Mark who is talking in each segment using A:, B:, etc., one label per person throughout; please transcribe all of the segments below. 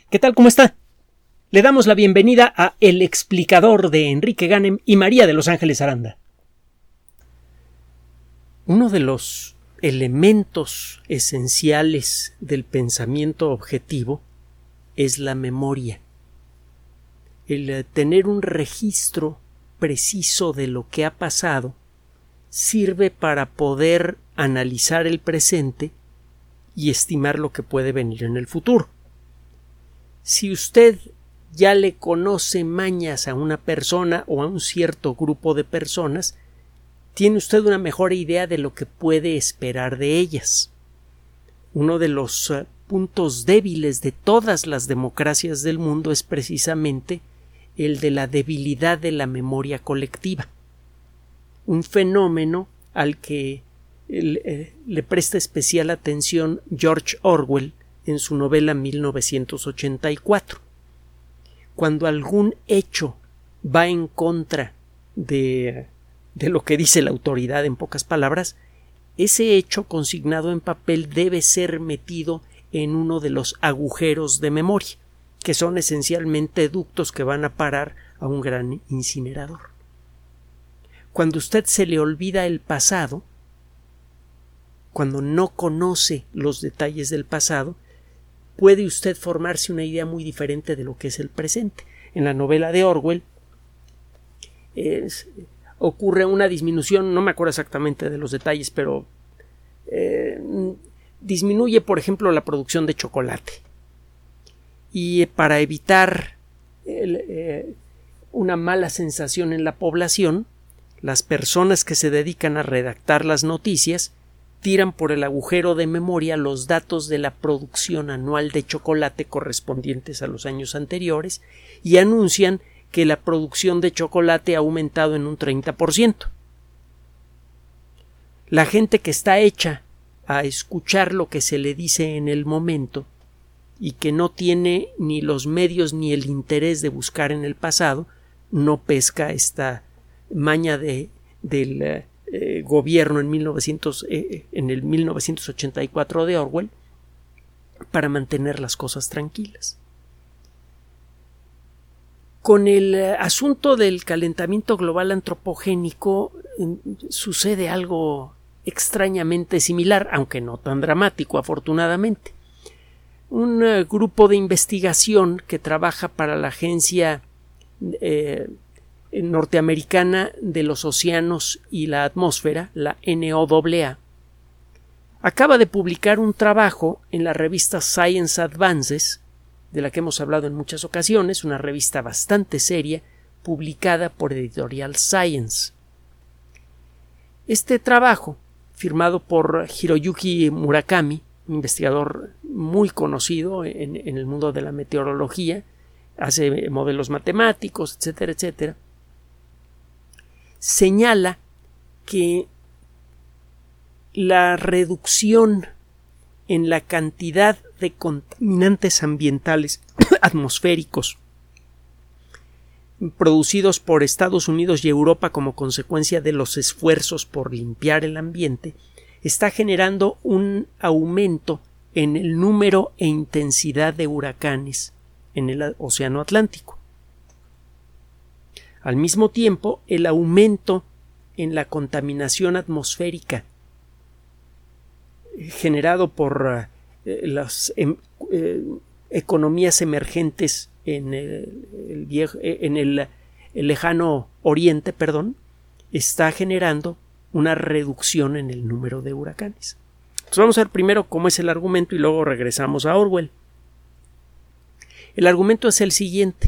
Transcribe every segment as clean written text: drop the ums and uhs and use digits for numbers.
A: ¿Qué tal? ¿Cómo está? Le damos la bienvenida a El Explicador de Enrique Ganem y María de Los Ángeles Aranda. Uno de los elementos esenciales del pensamiento objetivo es la memoria. El tener un registro preciso de lo que ha pasado sirve para poder analizar el presente y estimar lo que puede venir en el futuro. Si usted ya le conoce mañas a una persona o a un cierto grupo de personas, tiene usted una mejor idea de lo que puede esperar de ellas. Uno de los puntos débiles de todas las democracias del mundo es precisamente el de la debilidad de la memoria colectiva, un fenómeno al que le presta especial atención George Orwell en su novela 1984. Cuando algún hecho va en contra de lo que dice la autoridad, en pocas palabras, ese hecho consignado en papel debe ser metido en uno de los agujeros de memoria, que son esencialmente ductos que van a parar a un gran incinerador. Cuando usted se le olvida el pasado, cuando no conoce los detalles del pasado, puede usted formarse una idea muy diferente de lo que es el presente. En la novela de Orwell ocurre una disminución, no me acuerdo exactamente de los detalles, pero disminuye, por ejemplo, la producción de chocolate. Y para evitar una mala sensación en la población, las personas que se dedican a redactar las noticias tiran por el agujero de memoria los datos de la producción anual de chocolate correspondientes a los años anteriores y anuncian que la producción de chocolate ha aumentado en un 30%. La gente que está hecha a escuchar lo que se le dice en el momento y que no tiene ni los medios ni el interés de buscar en el pasado, no pesca esta maña del gobierno en el 1984 de Orwell para mantener las cosas tranquilas. Con el asunto del calentamiento global antropogénico sucede algo extrañamente similar, aunque no tan dramático, afortunadamente. Un grupo de investigación que trabaja para la agencia norteamericana de los océanos y la atmósfera, la NOAA, acaba de publicar un trabajo en la revista Science Advances, de la que hemos hablado en muchas ocasiones, una revista bastante seria, publicada por Editorial Science. Este trabajo, firmado por Hiroyuki Murakami, un investigador muy conocido en el mundo de la meteorología, hace modelos matemáticos, etcétera, etcétera, señala que la reducción en la cantidad de contaminantes ambientales atmosféricos producidos por Estados Unidos y Europa como consecuencia de los esfuerzos por limpiar el ambiente está generando un aumento en el número e intensidad de huracanes en el Océano Atlántico. Al mismo tiempo, el aumento en la contaminación atmosférica generado por las economías emergentes en el lejano oriente, está generando una reducción en el número de huracanes. Entonces vamos a ver primero cómo es el argumento y luego regresamos a Orwell. El argumento es el siguiente.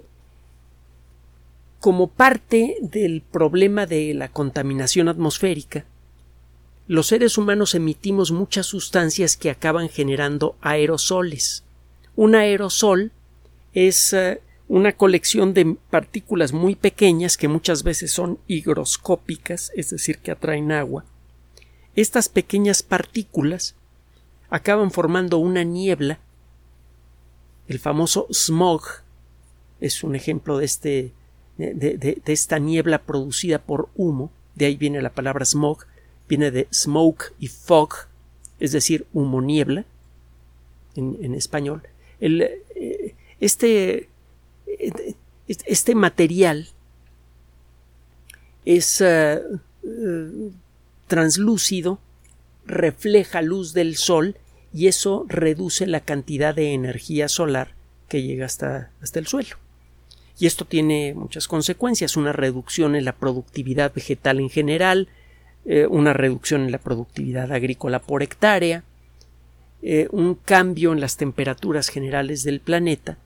A: Como parte del problema de la contaminación atmosférica, los seres humanos emitimos muchas sustancias que acaban generando aerosoles. Un aerosol es una colección de partículas muy pequeñas que muchas veces son higroscópicas, es decir, que atraen agua. Estas pequeñas partículas acaban formando una niebla. El famoso smog es un ejemplo de esta niebla producida por humo. De ahí viene la palabra smog, viene de smoke y fog, es decir, humo niebla en español. Este material es translúcido, refleja luz del sol y eso reduce la cantidad de energía solar que llega hasta el suelo. Y esto tiene muchas consecuencias, una reducción en la productividad vegetal en general, una reducción en la productividad agrícola por hectárea, un cambio en las temperaturas generales del planeta.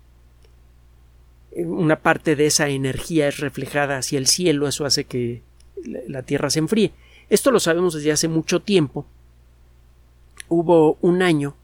A: Una parte de esa energía es reflejada hacia el cielo, eso hace que la Tierra se enfríe. Esto lo sabemos desde hace mucho tiempo. Hubo un año,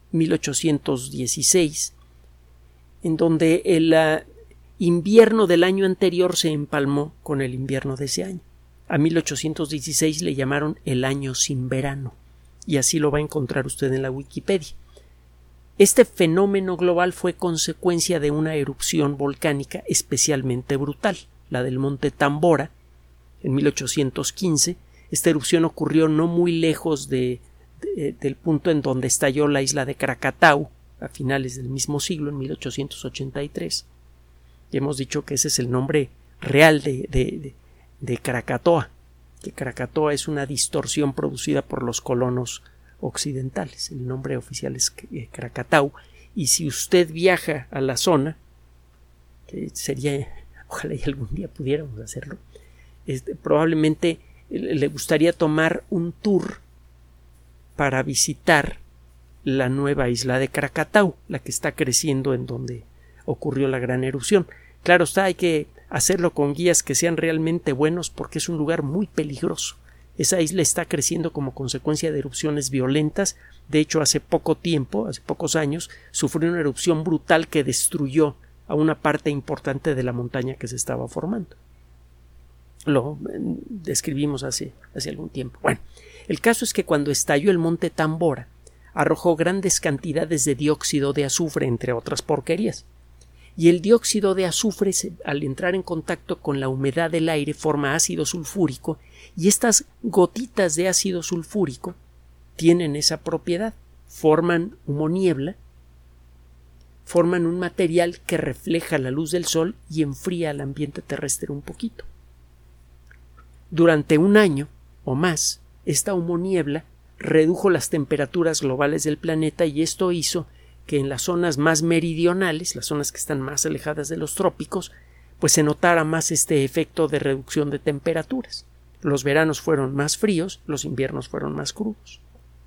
A: 1816, en donde el invierno del año anterior se empalmó con el invierno de ese año. A 1816 le llamaron el año sin verano, y así lo va a encontrar usted en la Wikipedia. Este fenómeno global fue consecuencia de una erupción volcánica especialmente brutal, la del monte Tambora, en 1815. Esta erupción ocurrió no muy lejos del punto en donde estalló la isla de Krakatau, a finales del mismo siglo, en 1883. Ya hemos dicho que ese es el nombre real de Krakatoa, que Krakatoa es una distorsión producida por los colonos occidentales. El nombre oficial es Krakatau, y si usted viaja a la zona, que sería, ojalá y algún día pudiéramos hacerlo, probablemente le gustaría tomar un tour para visitar la nueva isla de Krakatau, la que está creciendo en donde ocurrió la gran erupción. Claro está, hay que hacerlo con guías que sean realmente buenos porque es un lugar muy peligroso. Esa isla está creciendo como consecuencia de erupciones violentas. De hecho, hace poco tiempo, hace pocos años, sufrió una erupción brutal que destruyó a una parte importante de la montaña que se estaba formando. Lo describimos hace algún tiempo. Bueno, el caso es que cuando estalló el monte Tambora, arrojó grandes cantidades de dióxido de azufre, entre otras porquerías. Y el dióxido de azufre, al entrar en contacto con la humedad del aire, forma ácido sulfúrico, y estas gotitas de ácido sulfúrico tienen esa propiedad, forman humoniebla, forman un material que refleja la luz del sol y enfría el ambiente terrestre un poquito. Durante un año o más, esta humoniebla redujo las temperaturas globales del planeta, y esto hizo que en las zonas más meridionales, las zonas que están más alejadas de los trópicos, pues se notara más este efecto de reducción de temperaturas. Los veranos fueron más fríos, los inviernos fueron más crudos.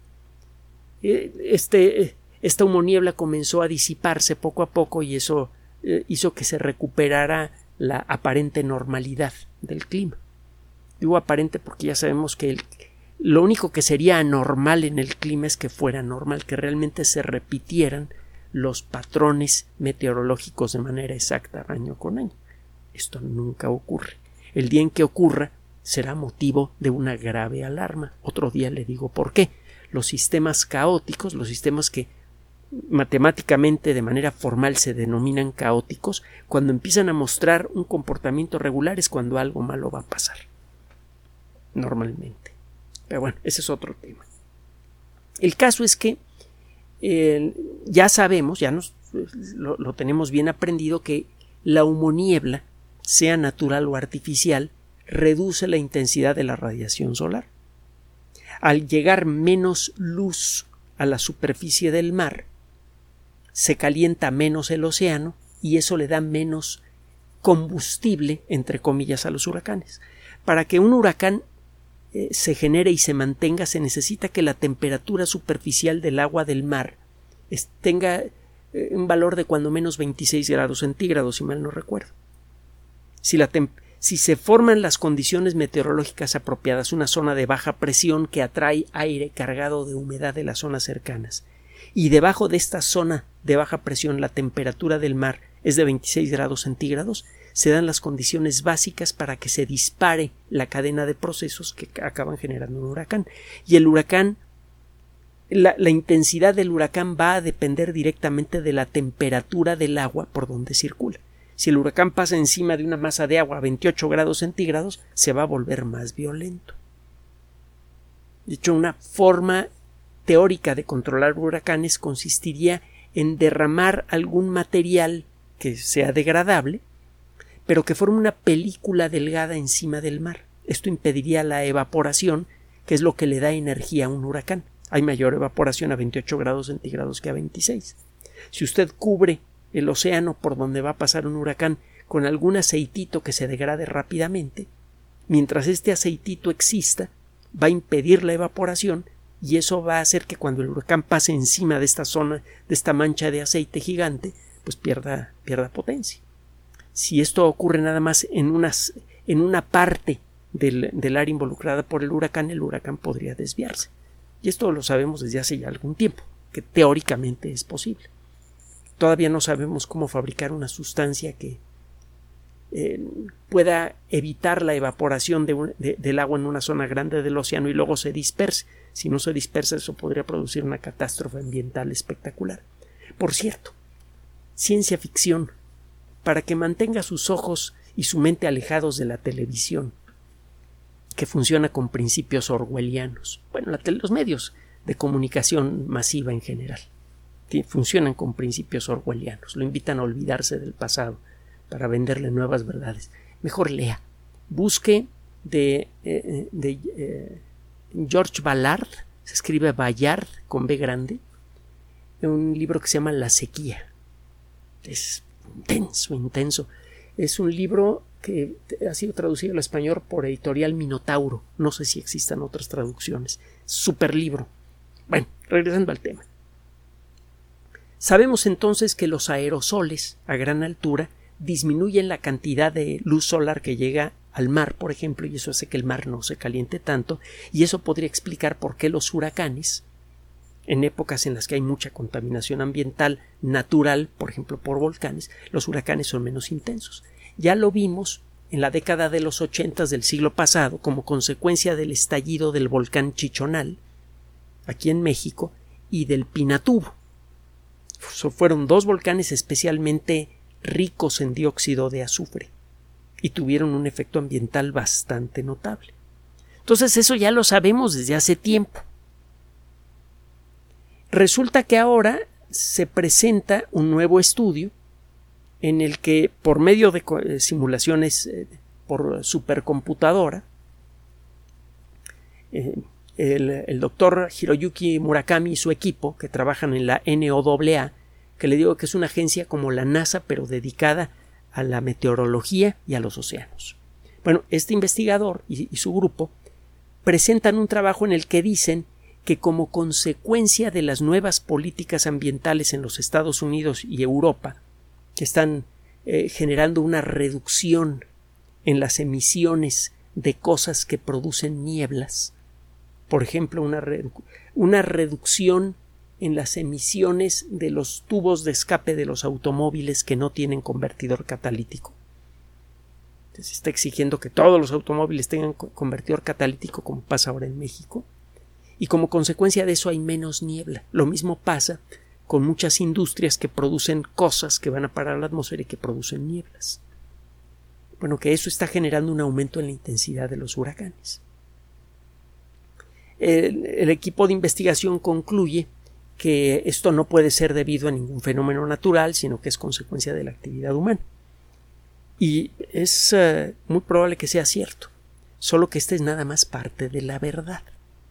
A: Esta humoniebla comenzó a disiparse poco a poco, y eso hizo que se recuperara la aparente normalidad del clima. Digo aparente porque ya sabemos que lo único que sería anormal en el clima es que fuera normal, que realmente se repitieran los patrones meteorológicos de manera exacta año con año. Esto nunca ocurre. El día en que ocurra será motivo de una grave alarma. Otro día le digo por qué. Los sistemas caóticos, los sistemas que matemáticamente de manera formal se denominan caóticos, cuando empiezan a mostrar un comportamiento regular es cuando algo malo va a pasar. Normalmente. Pero bueno, ese es otro tema. El caso es que ya sabemos, lo tenemos bien aprendido, que la humoniebla, sea natural o artificial, reduce la intensidad de la radiación solar. Al llegar menos luz a la superficie del mar, se calienta menos el océano y eso le da menos combustible, entre comillas, a los huracanes. Para que un huracán se genere y se mantenga, se necesita que la temperatura superficial del agua del mar tenga un valor de cuando menos 26 grados centígrados, si mal no recuerdo. Si se forman las condiciones meteorológicas apropiadas, una zona de baja presión que atrae aire cargado de humedad de las zonas cercanas, y debajo de esta zona de baja presión la temperatura del mar es de 26 grados centígrados, se dan las condiciones básicas para que se dispare la cadena de procesos que acaban generando un huracán. Y el huracán, la intensidad del huracán va a depender directamente de la temperatura del agua por donde circula. Si el huracán pasa encima de una masa de agua a 28 grados centígrados, se va a volver más violento. De hecho, una forma teórica de controlar huracanes consistiría en derramar algún material que sea degradable, pero que forme una película delgada encima del mar. Esto impediría la evaporación, que es lo que le da energía a un huracán. Hay mayor evaporación a 28 grados centígrados que a 26. Si usted cubre el océano por donde va a pasar un huracán con algún aceitito que se degrade rápidamente, mientras este aceitito exista, va a impedir la evaporación y eso va a hacer que cuando el huracán pase encima de esta zona, de esta mancha de aceite gigante, pues pierda potencia. Si esto ocurre nada más en una parte del área involucrada por el huracán podría desviarse. Y esto lo sabemos desde hace ya algún tiempo, que teóricamente es posible. Todavía no sabemos cómo fabricar una sustancia que pueda evitar la evaporación del agua en una zona grande del océano y luego se disperse. Si no se dispersa, eso podría producir una catástrofe ambiental espectacular. Por cierto, ciencia ficción, para que mantenga sus ojos y su mente alejados de la televisión, que funciona con principios orwellianos. Bueno, los medios de comunicación masiva en general funcionan con principios orwellianos. Lo invitan a olvidarse del pasado para venderle nuevas verdades. Mejor lea. Busque de George Ballard, se escribe Ballard con B grande, un libro que se llama La sequía. Es intenso. Es un libro que ha sido traducido al español por Editorial Minotauro. No sé si existan otras traducciones. Super libro. Bueno, regresando al tema. Sabemos entonces que los aerosoles a gran altura disminuyen la cantidad de luz solar que llega al mar, por ejemplo, y eso hace que el mar no se caliente tanto, y eso podría explicar por qué los huracanes, en épocas en las que hay mucha contaminación ambiental natural, por ejemplo por volcanes, los huracanes son menos intensos. Ya lo vimos en la década de los 80 del siglo pasado como consecuencia del estallido del volcán Chichonal, aquí en México, y del Pinatubo. Fueron dos volcanes especialmente ricos en dióxido de azufre y tuvieron un efecto ambiental bastante notable. Entonces eso ya lo sabemos desde hace tiempo. Resulta que ahora se presenta un nuevo estudio en el que por medio de simulaciones por supercomputadora el doctor Hiroyuki Murakami y su equipo, que trabajan en la NOAA, que le digo que es una agencia como la NASA pero dedicada a la meteorología y a los océanos. Bueno, este investigador y su grupo presentan un trabajo en el que dicen que como consecuencia de las nuevas políticas ambientales en los Estados Unidos y Europa, que están generando una reducción en las emisiones de cosas que producen nieblas, por ejemplo, una reducción en las emisiones de los tubos de escape de los automóviles que no tienen convertidor catalítico. Entonces, se está exigiendo que todos los automóviles tengan convertidor catalítico, como pasa ahora en México, y como consecuencia de eso hay menos niebla. Lo mismo pasa con muchas industrias que producen cosas que van a parar a la atmósfera y que producen nieblas. Bueno, que eso está generando un aumento en la intensidad de los huracanes. El equipo de investigación concluye que esto no puede ser debido a ningún fenómeno natural, sino que es consecuencia de la actividad humana. Y es muy probable que sea cierto, solo que esta es nada más parte de la verdad.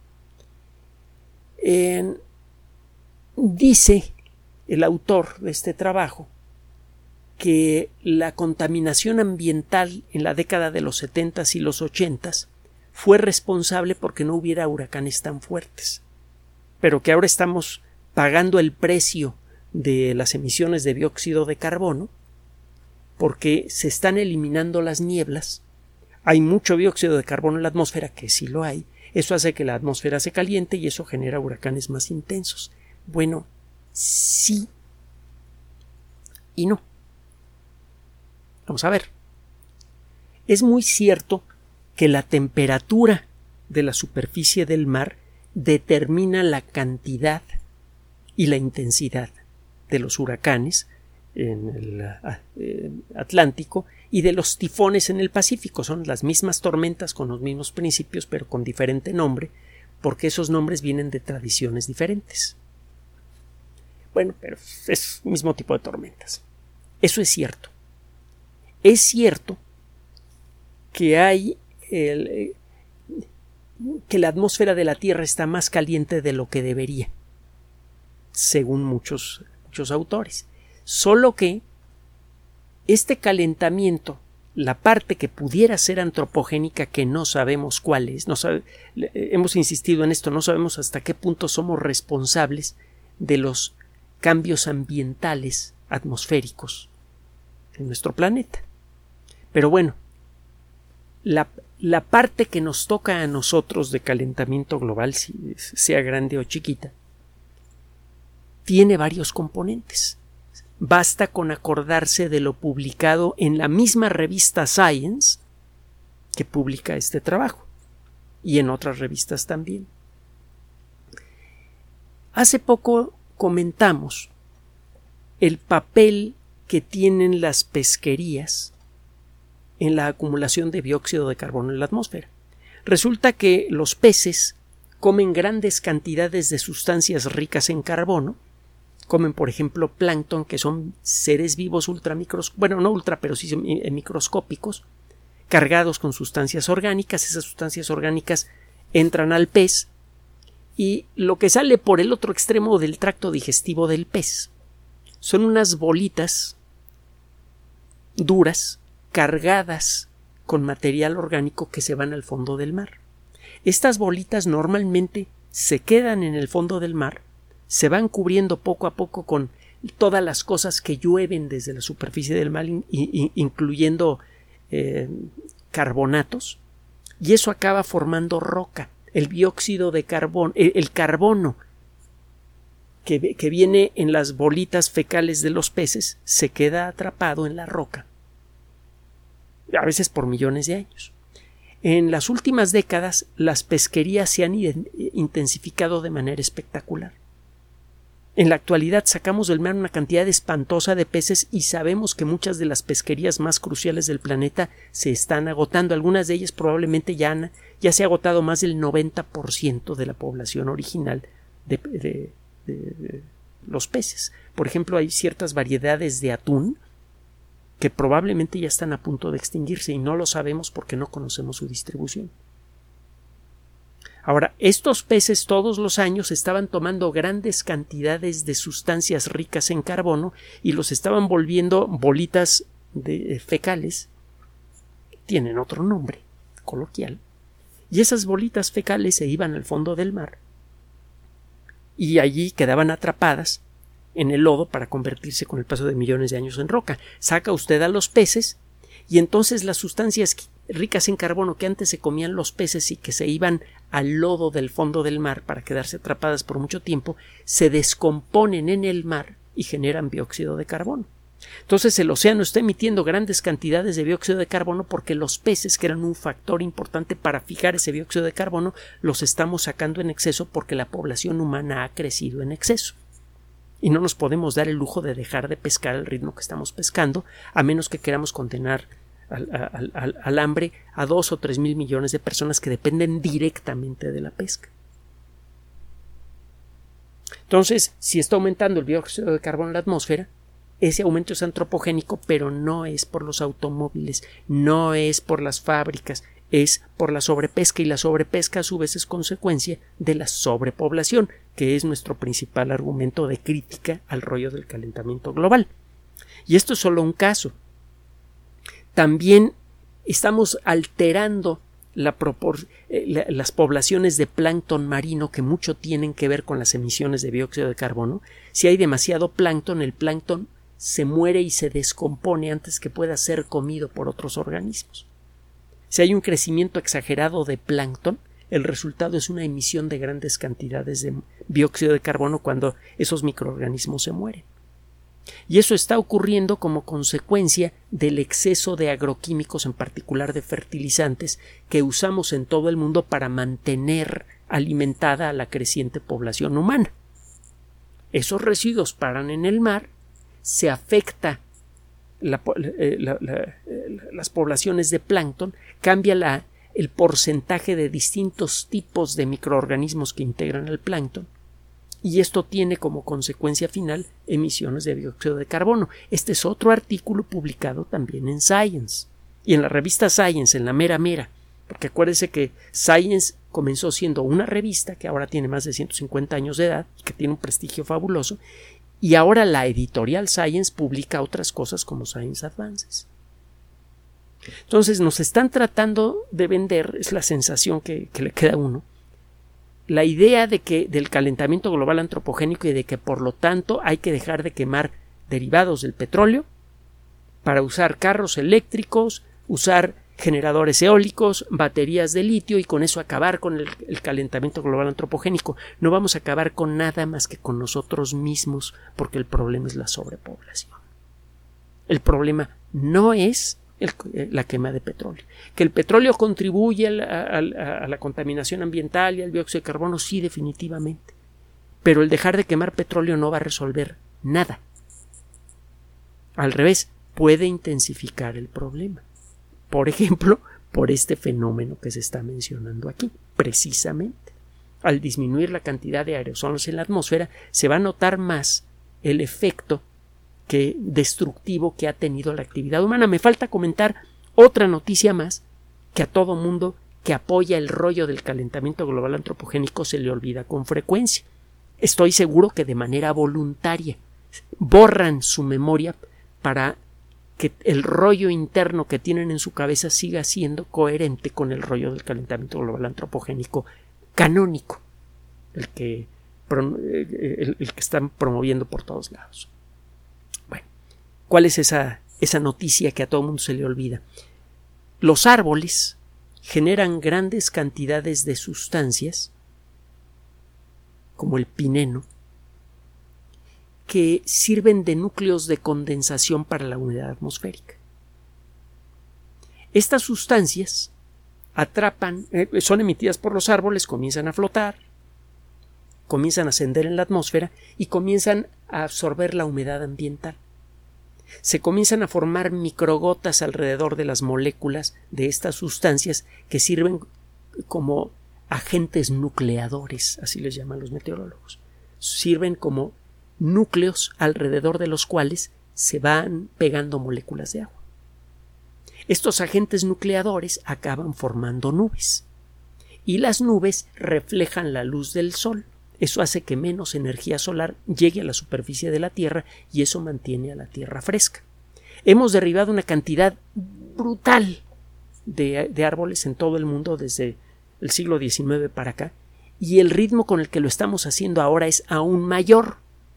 A: Dice el autor de este trabajo que la contaminación ambiental en la década de los 70s y los 80s fue responsable porque no hubiera huracanes tan fuertes, pero que ahora estamos pagando el precio de las emisiones de dióxido de carbono porque se están eliminando las nieblas. Hay mucho dióxido de carbono en la atmósfera, que sí lo hay. Eso hace que la atmósfera se caliente y eso genera huracanes más intensos. Bueno, sí y no. Vamos a ver. Es muy cierto que la temperatura de la superficie del mar determina la cantidad y la intensidad de los huracanes en el Atlántico y de los tifones en el Pacífico. Son las mismas tormentas con los mismos principios pero con diferente nombre, porque esos nombres vienen de tradiciones diferentes. Bueno, pero es el mismo tipo de tormentas. Eso es cierto. Es cierto que que la atmósfera de la Tierra está más caliente de lo que debería, según muchos autores. Solo que este calentamiento, la parte que pudiera ser antropogénica, que no sabemos cuál es, hemos insistido en esto, no sabemos hasta qué punto somos responsables de los cambios ambientales atmosféricos en nuestro planeta. Pero bueno, la parte que nos toca a nosotros de calentamiento global, si sea grande o chiquita, tiene varios componentes. Basta con acordarse de lo publicado en la misma revista Science que publica este trabajo, y en otras revistas también. Hace poco comentamos el papel que tienen las pesquerías en la acumulación de dióxido de carbono en la atmósfera. Resulta que los peces comen grandes cantidades de sustancias ricas en carbono. Comen, por ejemplo, plancton, que son seres vivos microscópicos, cargados con sustancias orgánicas. Esas sustancias orgánicas entran al pez y lo que sale por el otro extremo del tracto digestivo del pez son unas bolitas duras cargadas con material orgánico que se van al fondo del mar. Estas bolitas normalmente se quedan en el fondo del mar, se van cubriendo poco a poco con todas las cosas que llueven desde la superficie del mar, incluyendo carbonatos, y eso acaba formando roca. El dióxido de carbono, el carbono que viene en las bolitas fecales de los peces, se queda atrapado en la roca, a veces por millones de años. En las últimas décadas, las pesquerías se han intensificado de manera espectacular. En la actualidad sacamos del mar una cantidad espantosa de peces y sabemos que muchas de las pesquerías más cruciales del planeta se están agotando. Algunas de ellas probablemente ya se ha agotado más del 90% de la población original de los peces. Por ejemplo, hay ciertas variedades de atún que probablemente ya están a punto de extinguirse y no lo sabemos porque no conocemos su distribución. Ahora, estos peces todos los años estaban tomando grandes cantidades de sustancias ricas en carbono y los estaban volviendo bolitas fecales. Tienen otro nombre coloquial. Y esas bolitas fecales se iban al fondo del mar y allí quedaban atrapadas en el lodo para convertirse con el paso de millones de años en roca. Saca usted a los peces y entonces las sustancias ricas en carbono que antes se comían los peces y que se iban al lodo del fondo del mar para quedarse atrapadas por mucho tiempo, se descomponen en el mar y generan dióxido de carbono. Entonces el océano está emitiendo grandes cantidades de dióxido de carbono porque los peces, que eran un factor importante para fijar ese dióxido de carbono, los estamos sacando en exceso porque la población humana ha crecido en exceso. Y no nos podemos dar el lujo de dejar de pescar al ritmo que estamos pescando, a menos que queramos condenar al hambre a 2 o 3 mil millones de personas que dependen directamente de la pesca. Entonces, si está aumentando el dióxido de carbono en la atmósfera, ese aumento es antropogénico, pero no es por los automóviles, no es por las fábricas, es por la sobrepesca, y la sobrepesca a su vez es consecuencia de la sobrepoblación, que es nuestro principal argumento de crítica al rollo del calentamiento global. Y esto es solo un caso. También estamos alterando las poblaciones de plancton marino, que mucho tienen que ver con las emisiones de dióxido de carbono. Si hay demasiado plancton, el plancton se muere y se descompone antes que pueda ser comido por otros organismos. Si hay un crecimiento exagerado de plancton, el resultado es una emisión de grandes cantidades de dióxido de carbono cuando esos microorganismos se mueren. Y eso está ocurriendo como consecuencia del exceso de agroquímicos, en particular de fertilizantes, que usamos en todo el mundo para mantener alimentada a la creciente población humana. Esos residuos paran en el mar, se afecta las poblaciones de plancton, cambia el porcentaje de distintos tipos de microorganismos que integran el plancton, y esto tiene como consecuencia final emisiones de dióxido de carbono. Este es otro artículo publicado también en Science, y en la revista Science, en la mera, porque acuérdense que Science comenzó siendo una revista que ahora tiene más de 150 años de edad y que tiene un prestigio fabuloso, y ahora la editorial Science publica otras cosas como Science Advances. Entonces nos están tratando de vender, es la sensación que le queda a uno, la idea de que del calentamiento global antropogénico y de que por lo tanto hay que dejar de quemar derivados del petróleo para usar carros eléctricos, usar generadores eólicos, baterías de litio y con eso acabar con el calentamiento global antropogénico. No vamos a acabar con nada más que con nosotros mismos, porque el problema es la sobrepoblación. El problema no es la quema de petróleo. Que el petróleo contribuye a la contaminación ambiental y al dióxido de carbono, sí, definitivamente. Pero el dejar de quemar petróleo no va a resolver nada. Al revés, puede intensificar el problema. Por ejemplo, por este fenómeno que se está mencionando aquí, precisamente. Al disminuir la cantidad de aerosoles en la atmósfera, se va a notar más el efecto destructivo que ha tenido la actividad humana. Me falta comentar otra noticia más que a todo mundo que apoya el rollo del calentamiento global antropogénico se le olvida con frecuencia. Estoy seguro que de manera voluntaria borran su memoria para que el rollo interno que tienen en su cabeza siga siendo coherente con el rollo del calentamiento global antropogénico canónico, el que están promoviendo por todos lados. ¿Cuál es esa noticia que a todo el mundo se le olvida? Los árboles generan grandes cantidades de sustancias, como el pineno, que sirven de núcleos de condensación para la humedad atmosférica. Estas sustancias son emitidas por los árboles, comienzan a flotar, comienzan a ascender en la atmósfera y comienzan a absorber la humedad ambiental. Se comienzan a formar microgotas alrededor de las moléculas de estas sustancias que sirven como agentes nucleadores, así les llaman los meteorólogos. Sirven como núcleos alrededor de los cuales se van pegando moléculas de agua. Estos agentes nucleadores acaban formando nubes y las nubes reflejan la luz del sol. Eso hace que menos energía solar llegue a la superficie de la Tierra y eso mantiene a la Tierra fresca. Hemos derribado una cantidad brutal de árboles en todo el mundo desde el siglo XIX para acá y el ritmo con el que lo estamos haciendo ahora es aún mayor.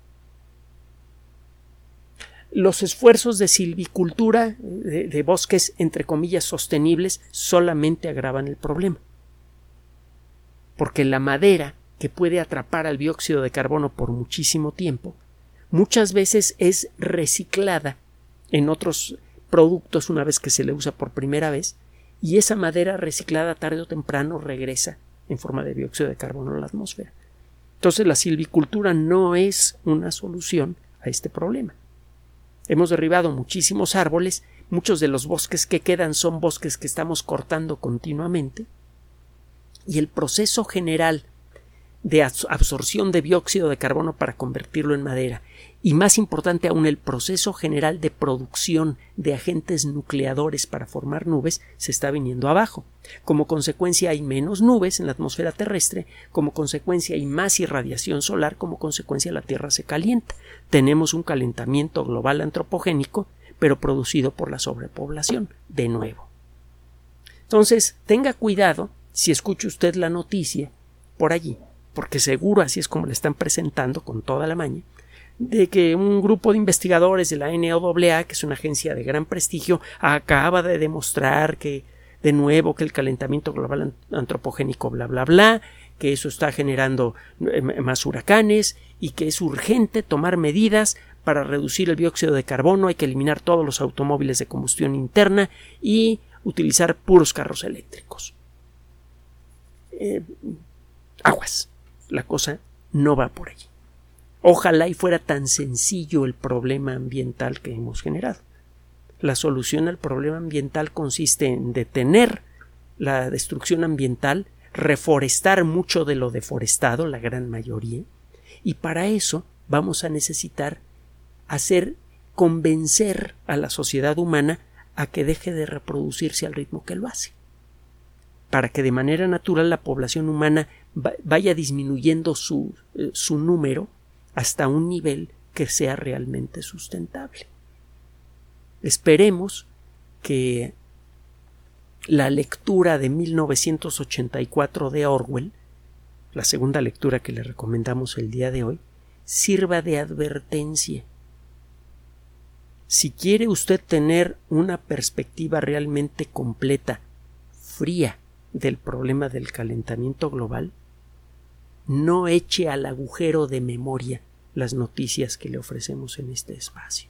A: Los esfuerzos de silvicultura, de bosques entre comillas sostenibles, solamente agravan el problema. Porque la madera, que puede atrapar al dióxido de carbono por muchísimo tiempo, muchas veces es reciclada en otros productos una vez que se le usa por primera vez, y esa madera reciclada tarde o temprano regresa en forma de dióxido de carbono a la atmósfera. Entonces la silvicultura no es una solución a este problema. Hemos derribado muchísimos árboles, muchos de los bosques que quedan son bosques que estamos cortando continuamente, y el proceso general de absorción de dióxido de carbono para convertirlo en madera y, más importante aún, el proceso general de producción de agentes nucleadores para formar nubes se está viniendo abajo. Como consecuencia hay menos nubes en la atmósfera terrestre, como consecuencia hay más irradiación solar, como consecuencia la Tierra se calienta. Tenemos un calentamiento global antropogénico, pero producido por la sobrepoblación, de nuevo. Entonces, tenga cuidado si escucha usted la noticia por allí, porque seguro así es como le están presentando con toda la maña, de que un grupo de investigadores de la NOAA, que es una agencia de gran prestigio, acaba de demostrar que, de nuevo, que el calentamiento global antropogénico bla bla bla, que eso está generando más huracanes y que es urgente tomar medidas para reducir el dióxido de carbono, hay que eliminar todos los automóviles de combustión interna y utilizar puros carros eléctricos. Aguas. La cosa no va por allí. Ojalá y fuera tan sencillo el problema ambiental que hemos generado. La solución al problema ambiental consiste en detener la destrucción ambiental, reforestar mucho de lo deforestado, la gran mayoría, Y para eso vamos a necesitar convencer a la sociedad humana a que deje de reproducirse al ritmo que lo hace, para que de manera natural la población humana vaya disminuyendo su número hasta un nivel que sea realmente sustentable. Esperemos que la lectura de 1984 de Orwell, la segunda lectura que le recomendamos el día de hoy, sirva de advertencia. Si quiere usted tener una perspectiva realmente completa, fría, del problema del calentamiento global, no eche al agujero de memoria las noticias que le ofrecemos en este espacio.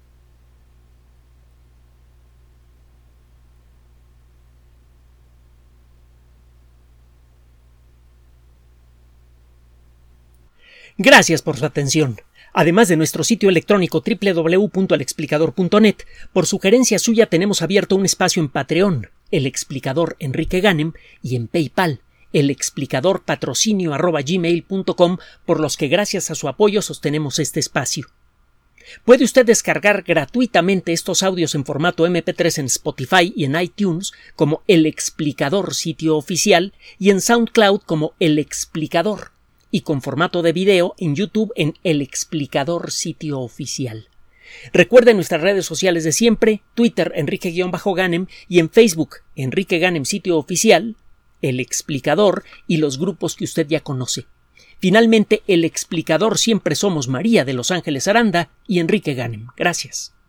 B: Gracias por su atención. Además de nuestro sitio electrónico www.alexplicador.net, por sugerencia suya tenemos abierto un espacio en Patreon, El Explicador Enrique Ganem, y en PayPal, elexplicadorpatrocinio@gmail.com, por los que gracias a su apoyo sostenemos este espacio. Puede usted descargar gratuitamente estos audios en formato MP3 en Spotify y en iTunes como El Explicador Sitio Oficial y en SoundCloud como El Explicador, y con formato de video en YouTube en El Explicador Sitio Oficial. Recuerde nuestras redes sociales de siempre, Twitter Enrique-Ganem y en Facebook Enrique Ganem Sitio Oficial, El Explicador y los grupos que usted ya conoce. Finalmente, El Explicador siempre somos María de Los Ángeles Aranda y Enrique Ganem. Gracias.